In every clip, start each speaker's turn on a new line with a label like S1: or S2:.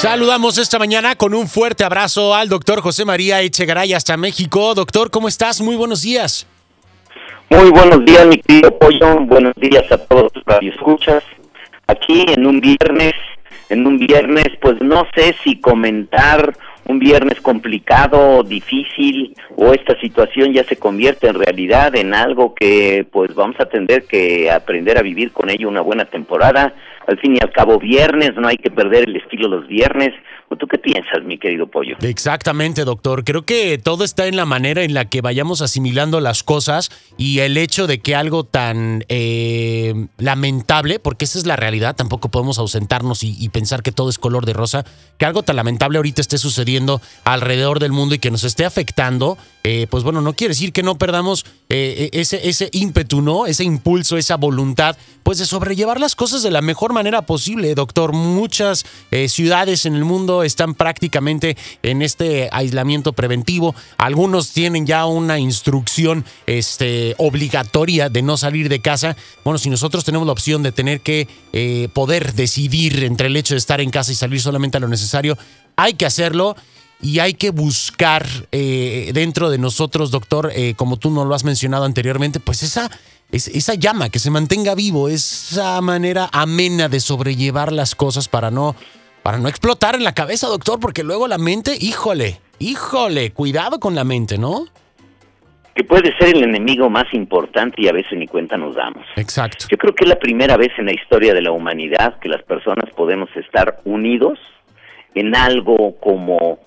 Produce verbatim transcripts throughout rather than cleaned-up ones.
S1: Saludamos esta mañana con un fuerte abrazo al doctor José María Echegaray hasta México. Doctor, ¿cómo estás? Muy buenos días.
S2: Muy buenos días, mi querido Pollo. Buenos días a todos los radioescuchas. Aquí en un viernes, en un viernes, pues no sé si comentar un viernes complicado, difícil, o esta situación ya se convierte en realidad en algo que pues vamos a tener que aprender a vivir con ello una buena temporada. Al fin y al cabo viernes, no hay que perder el estilo los viernes. ¿O tú qué piensas, mi querido Pollo?
S1: Exactamente, doctor. Creo que todo está en la manera en la que vayamos asimilando las cosas y el hecho de que algo tan eh, lamentable, porque esa es la realidad, tampoco podemos ausentarnos y, y pensar que todo es color de rosa, que algo tan lamentable ahorita esté sucediendo alrededor del mundo y que nos esté afectando, eh, pues bueno, no quiere decir que no perdamos eh, ese, ese ímpetu, ¿no? Ese impulso, esa voluntad, pues de sobrellevar las cosas de la mejor manera posible, doctor. Muchas eh, ciudades en el mundo están prácticamente en este aislamiento preventivo. Algunos tienen ya una instrucción este, obligatoria de no salir de casa. Bueno, si nosotros tenemos la opción de tener que eh, poder decidir entre el hecho de estar en casa y salir solamente a lo necesario, hay que hacerlo. Y hay que buscar eh, dentro de nosotros, doctor, eh, como tú nos lo has mencionado anteriormente, pues esa, es, esa llama que se mantenga vivo, esa manera amena de sobrellevar las cosas para no, para no explotar en la cabeza, doctor, porque luego la mente, híjole, híjole, cuidado con la mente, ¿no?
S2: Que puede ser el enemigo más importante y a veces ni cuenta nos damos.
S1: Exacto.
S2: Yo creo que es la primera vez en la historia de la humanidad que las personas podemos estar unidos en algo como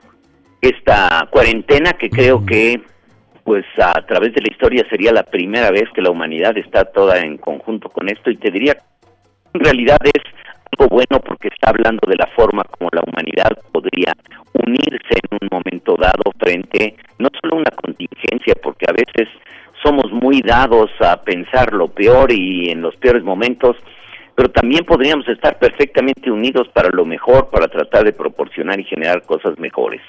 S2: esta cuarentena, que creo que pues a través de la historia sería la primera vez que la humanidad está toda en conjunto con esto, y te diría que en realidad es algo bueno porque está hablando de la forma como la humanidad podría unirse en un momento dado frente no solo a una contingencia, porque a veces somos muy dados a pensar lo peor y en los peores momentos, pero también podríamos estar perfectamente unidos para lo mejor, para tratar de proporcionar y generar cosas mejores.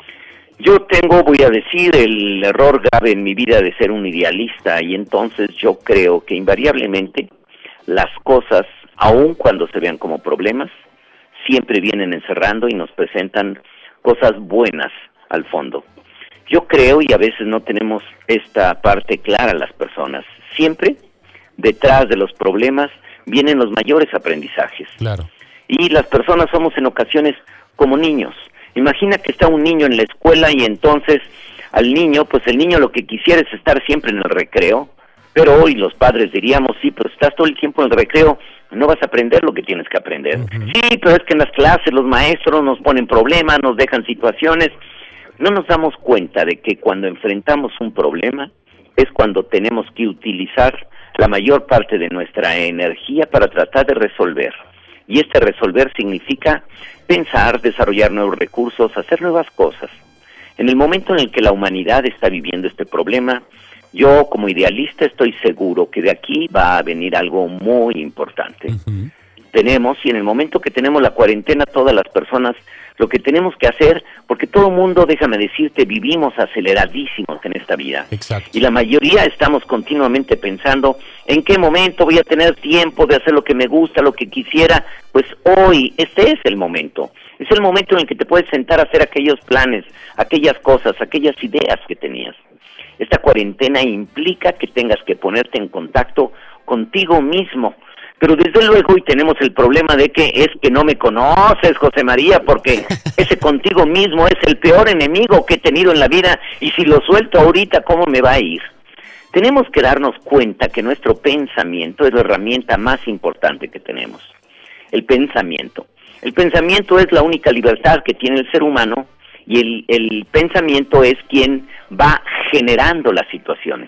S2: Yo tengo, voy a decir, el error grave en mi vida de ser un idealista, y entonces yo creo que invariablemente las cosas, aun cuando se vean como problemas, siempre vienen encerrando y nos presentan cosas buenas al fondo. Yo creo, y a veces no tenemos esta parte clara las personas, siempre detrás de los problemas vienen los mayores aprendizajes.
S1: Claro.
S2: Y las personas somos en ocasiones como niños. Imagina que está un niño en la escuela y entonces al niño, pues el niño lo que quisiera es estar siempre en el recreo, pero hoy los padres diríamos, sí, pero estás todo el tiempo en el recreo, no vas a aprender lo que tienes que aprender. Uh-huh. Sí, pero es que en las clases los maestros nos ponen problemas, nos dejan situaciones. No nos damos cuenta de que cuando enfrentamos un problema es cuando tenemos que utilizar la mayor parte de nuestra energía para tratar de resolver. Y este resolver significa pensar, desarrollar nuevos recursos, hacer nuevas cosas. En el momento en el que la humanidad está viviendo este problema, yo como idealista estoy seguro que de aquí va a venir algo muy importante. Uh-huh. Tenemos, y en el momento que tenemos la cuarentena, todas las personas, lo que tenemos que hacer, porque todo el mundo, déjame decirte, vivimos aceleradísimos en esta vida.
S1: Exacto.
S2: Y la mayoría estamos continuamente pensando, ¿en qué momento voy a tener tiempo de hacer lo que me gusta, lo que quisiera? Pues hoy, este es el momento. Es el momento en el que te puedes sentar a hacer aquellos planes, aquellas cosas, aquellas ideas que tenías. Esta cuarentena implica que tengas que ponerte en contacto contigo mismo. Pero desde luego, y tenemos el problema de que es que no me conoces, José María, porque ese contigo mismo es el peor enemigo que he tenido en la vida, y si lo suelto ahorita, ¿cómo me va a ir? Tenemos que darnos cuenta que nuestro pensamiento es la herramienta más importante que tenemos. El pensamiento. El pensamiento es la única libertad que tiene el ser humano, y el, el pensamiento es quien va generando las situaciones.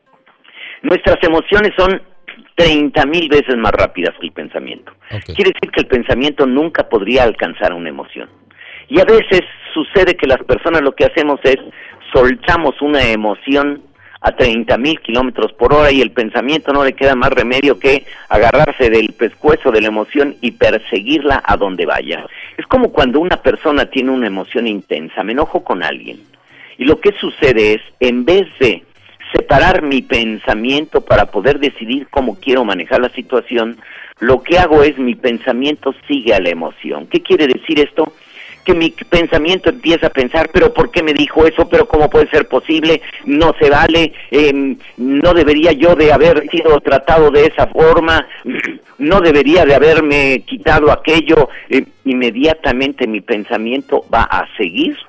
S2: Nuestras emociones son treinta mil veces más rápidas que el pensamiento. Okay. Quiere decir que el pensamiento nunca podría alcanzar una emoción. Y a veces sucede que las personas lo que hacemos es soltamos una emoción a treinta mil kilómetros por hora y el pensamiento no le queda más remedio que agarrarse del pescuezo de la emoción y perseguirla a donde vaya. Es como cuando una persona tiene una emoción intensa, me enojo con alguien, y lo que sucede es, en vez de separar mi pensamiento para poder decidir cómo quiero manejar la situación, lo que hago es mi pensamiento sigue a la emoción. ¿Qué quiere decir esto? Que mi pensamiento empieza a pensar, pero ¿por qué me dijo eso? ¿Pero cómo puede ser posible? No se vale, eh, no debería yo de haber sido tratado de esa forma, no debería de haberme quitado aquello. Eh, inmediatamente mi pensamiento va a seguir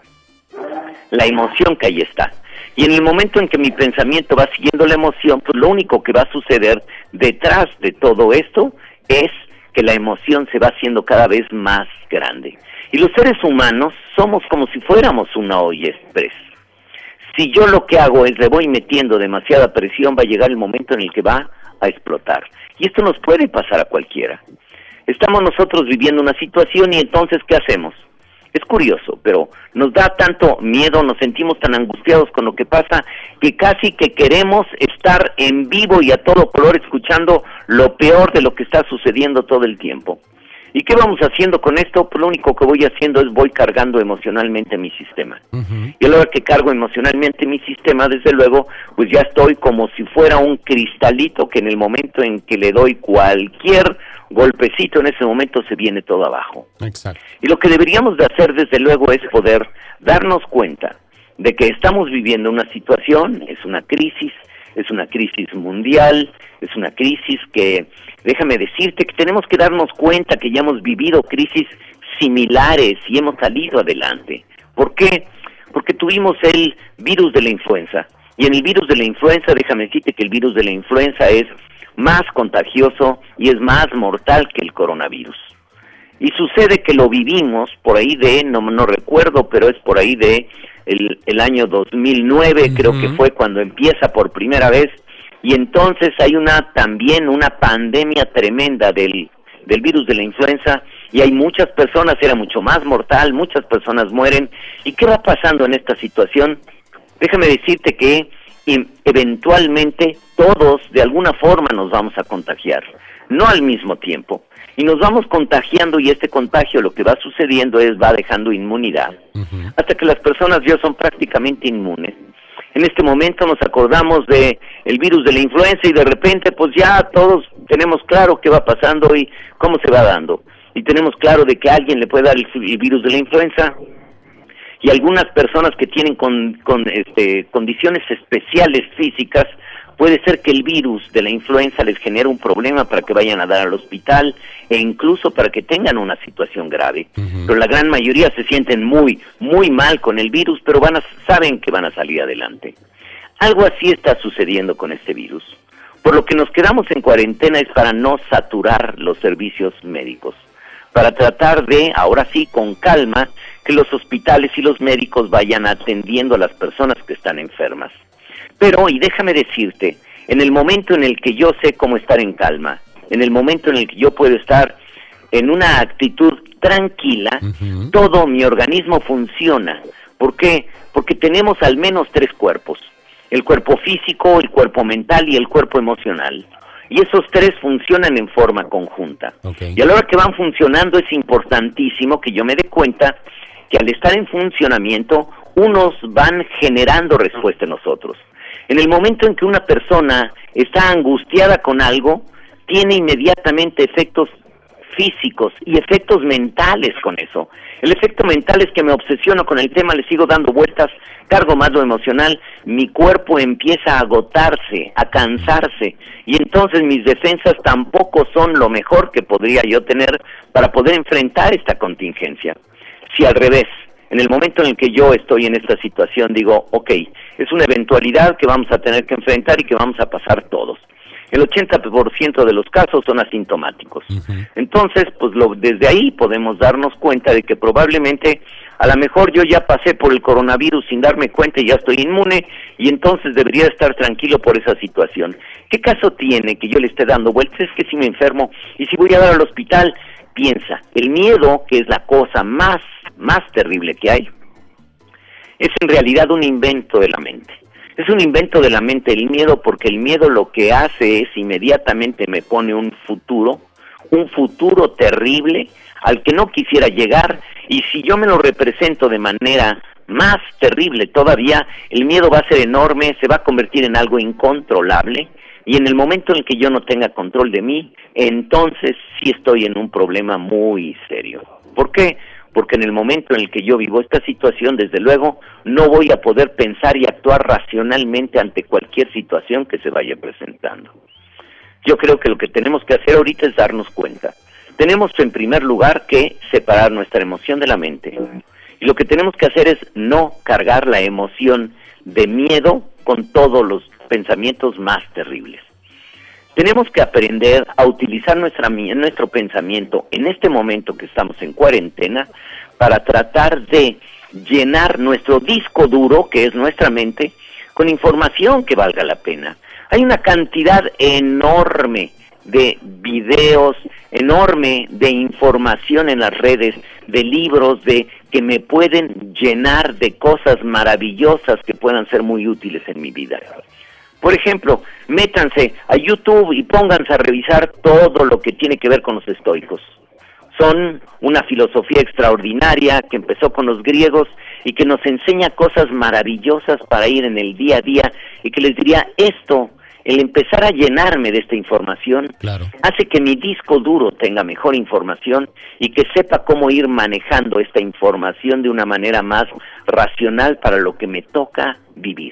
S2: la emoción que ahí está. Y en el momento en que mi pensamiento va siguiendo la emoción, pues lo único que va a suceder detrás de todo esto es que la emoción se va haciendo cada vez más grande. Y los seres humanos somos como si fuéramos una olla express. Si yo lo que hago es le voy metiendo demasiada presión, va a llegar el momento en el que va a explotar. Y esto nos puede pasar a cualquiera. Estamos nosotros viviendo una situación y entonces, ¿qué hacemos? Es curioso, pero nos da tanto miedo, nos sentimos tan angustiados con lo que pasa, que casi que queremos estar en vivo y a todo color escuchando lo peor de lo que está sucediendo todo el tiempo. ¿Y qué vamos haciendo con esto? Pues lo único que voy haciendo es voy cargando emocionalmente mi sistema. Uh-huh. Y a la hora que cargo emocionalmente mi sistema, desde luego, pues ya estoy como si fuera un cristalito que en el momento en que le doy cualquier golpecito, en ese momento se viene todo abajo.
S1: Exacto.
S2: Y lo que deberíamos de hacer, desde luego, es poder darnos cuenta de que estamos viviendo una situación, es una crisis, es una crisis mundial, es una crisis que, déjame decirte, que tenemos que darnos cuenta que ya hemos vivido crisis similares y hemos salido adelante. ¿Por qué? Porque tuvimos el virus de la influenza. Y en el virus de la influenza, déjame decirte que el virus de la influenza es más contagioso y es más mortal que el coronavirus. Y sucede que lo vivimos por ahí de, no, no recuerdo, pero es por ahí de el, el año dos mil nueve, uh-huh. Creo que fue cuando empieza por primera vez, y entonces hay una también una pandemia tremenda del, del virus de la influenza, y hay muchas personas, era mucho más mortal, muchas personas mueren. ¿Y qué va pasando en esta situación? Déjame decirte que eventualmente todos de alguna forma nos vamos a contagiar, no al mismo tiempo, y nos vamos contagiando, y este contagio lo que va sucediendo es va dejando inmunidad, uh-huh. hasta que las personas ya son prácticamente inmunes. En este momento nos acordamos de el virus de la influenza y de repente pues ya todos tenemos claro qué va pasando y cómo se va dando, y tenemos claro de que a alguien le puede dar el, el virus de la influenza. Y algunas personas que tienen con, con este, condiciones especiales físicas, puede ser que el virus de la influenza les genere un problema para que vayan a dar al hospital e incluso para que tengan una situación grave. Uh-huh. Pero la gran mayoría se sienten muy, muy mal con el virus, pero van a, saben que van a salir adelante. Algo así está sucediendo con este virus. Por lo que nos quedamos en cuarentena es para no saturar los servicios médicos, para tratar de, ahora sí, con calma, que los hospitales y los médicos vayan atendiendo a las personas que están enfermas. Pero, y déjame decirte, en el momento en el que yo sé cómo estar en calma, en el momento en el que yo puedo estar en una actitud tranquila, uh-huh. todo mi organismo funciona. ¿Por qué? Porque tenemos al menos tres cuerpos: el cuerpo físico, el cuerpo mental y el cuerpo emocional. Y esos tres funcionan en forma conjunta. Okay. Y a la hora que van funcionando es importantísimo que yo me dé cuenta que al estar en funcionamiento, unos van generando respuesta en nosotros. En el momento en que una persona está angustiada con algo, tiene inmediatamente efectos físicos y efectos mentales con eso. El efecto mental es que me obsesiono con el tema, le sigo dando vueltas, cargo más lo emocional, mi cuerpo empieza a agotarse, a cansarse, y entonces mis defensas tampoco son lo mejor que podría yo tener para poder enfrentar esta contingencia. Si al revés, en el momento en el que yo estoy en esta situación, digo, ok, es una eventualidad que vamos a tener que enfrentar y que vamos a pasar todos. El ochenta por ciento de los casos son asintomáticos. Uh-huh. Entonces, pues lo, desde ahí podemos darnos cuenta de que probablemente, a lo mejor yo ya pasé por el coronavirus sin darme cuenta y ya estoy inmune, y entonces debería estar tranquilo por esa situación. ¿Qué caso tiene que yo le esté dando vueltas? Es que si me enfermo y si voy a dar al hospital, piensa, el miedo, que es la cosa más, más terrible que hay, es en realidad un invento de la mente. Es un invento de la mente el miedo, porque el miedo lo que hace es inmediatamente me pone un futuro, un futuro terrible al que no quisiera llegar, y si yo me lo represento de manera más terrible todavía, el miedo va a ser enorme, se va a convertir en algo incontrolable, Y en el momento en el que yo no tenga control de mí, entonces sí estoy en un problema muy serio. ¿Por qué? Porque en el momento en el que yo vivo esta situación, desde luego, no voy a poder pensar y actuar racionalmente ante cualquier situación que se vaya presentando. Yo creo que lo que tenemos que hacer ahorita es darnos cuenta. Tenemos en primer lugar que separar nuestra emoción de la mente. Y lo que tenemos que hacer es no cargar la emoción de miedo con todos los pensamientos más terribles. Tenemos que aprender a utilizar nuestra, nuestro pensamiento en este momento que estamos en cuarentena para tratar de llenar nuestro disco duro, que es nuestra mente, con información que valga la pena. Hay una cantidad enorme de videos, enorme de información en las redes, de libros, de que me pueden llenar de cosas maravillosas que puedan ser muy útiles en mi vida. Por ejemplo, métanse a YouTube y pónganse a revisar todo lo que tiene que ver con los estoicos. Son una filosofía extraordinaria que empezó con los griegos y que nos enseña cosas maravillosas para ir en el día a día, y que les diría esto, el empezar a llenarme de esta información, claro, hace que mi disco duro tenga mejor información y que sepa cómo ir manejando esta información de una manera más racional para lo que me toca vivir.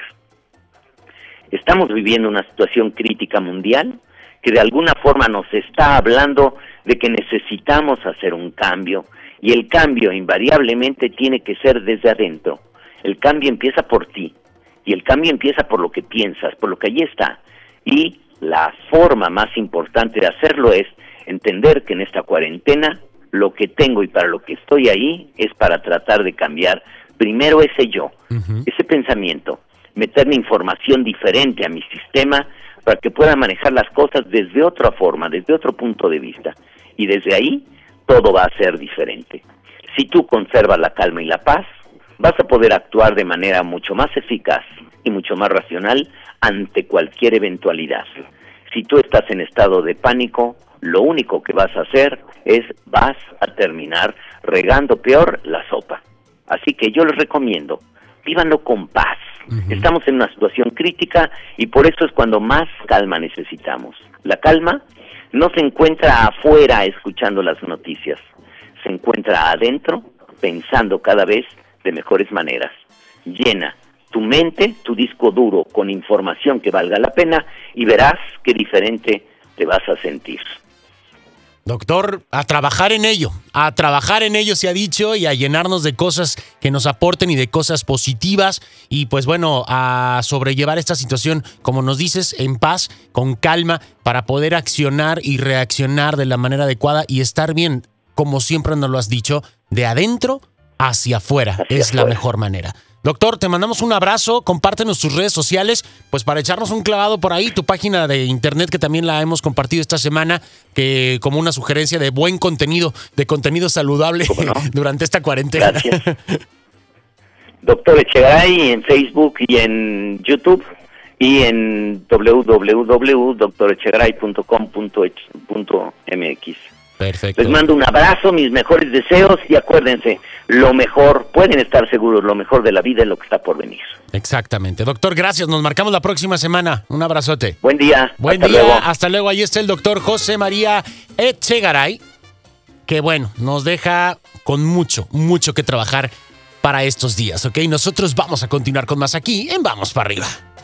S2: Estamos viviendo una situación crítica mundial que de alguna forma nos está hablando de que necesitamos hacer un cambio, y el cambio invariablemente tiene que ser desde adentro. El cambio empieza por ti, y el cambio empieza por lo que piensas, por lo que allí está. Y la forma más importante de hacerlo es entender que en esta cuarentena lo que tengo y para lo que estoy ahí es para tratar de cambiar primero ese yo, uh-huh. ese pensamiento, meterme información diferente a mi sistema para que pueda manejar las cosas desde otra forma, desde otro punto de vista. Y desde ahí todo va a ser diferente. Si tú conservas la calma y la paz, vas a poder actuar de manera mucho más eficaz y mucho más racional ante cualquier eventualidad. Si tú estás en estado de pánico, lo único que vas a hacer es vas a terminar regando peor la sopa. Así que yo les recomiendo, vívanlo con paz. Uh-huh. Estamos en una situación crítica y por eso es cuando más calma necesitamos. La calma no se encuentra afuera escuchando las noticias, se encuentra adentro pensando cada vez de mejores maneras. Llena tu mente, tu disco duro con información que valga la pena y verás qué diferente te vas a sentir.
S1: Doctor, a trabajar en ello, a trabajar en ello se ha dicho, y a llenarnos de cosas que nos aporten y de cosas positivas, y pues bueno, a sobrellevar esta situación, como nos dices, en paz, con calma, para poder accionar y reaccionar de la manera adecuada y estar bien, como siempre nos lo has dicho, de adentro hacia afuera, hacia es afuera. La mejor manera. Doctor, te mandamos un abrazo, compártenos tus redes sociales, pues para echarnos un clavado por ahí, tu página de internet que también la hemos compartido esta semana, que como una sugerencia de buen contenido, de contenido saludable no? durante esta cuarentena.
S2: Gracias. Doctor Echegaray en Facebook y en YouTube, y en w w w punto doctor echegaray punto com punto m x.
S1: Perfecto.
S2: Les mando un abrazo, mis mejores deseos, y acuérdense, lo mejor, pueden estar seguros, lo mejor de la vida es lo que está por venir.
S1: Exactamente. Doctor, gracias. Nos marcamos la próxima semana. Un abrazote.
S2: Buen día.
S1: Buen
S2: hasta
S1: día.
S2: Luego.
S1: Hasta luego. Ahí está el doctor José María Echegaray, que bueno, nos deja con mucho, mucho que trabajar para estos días, ¿ok? Nosotros vamos a continuar con más aquí en Vamos para Arriba.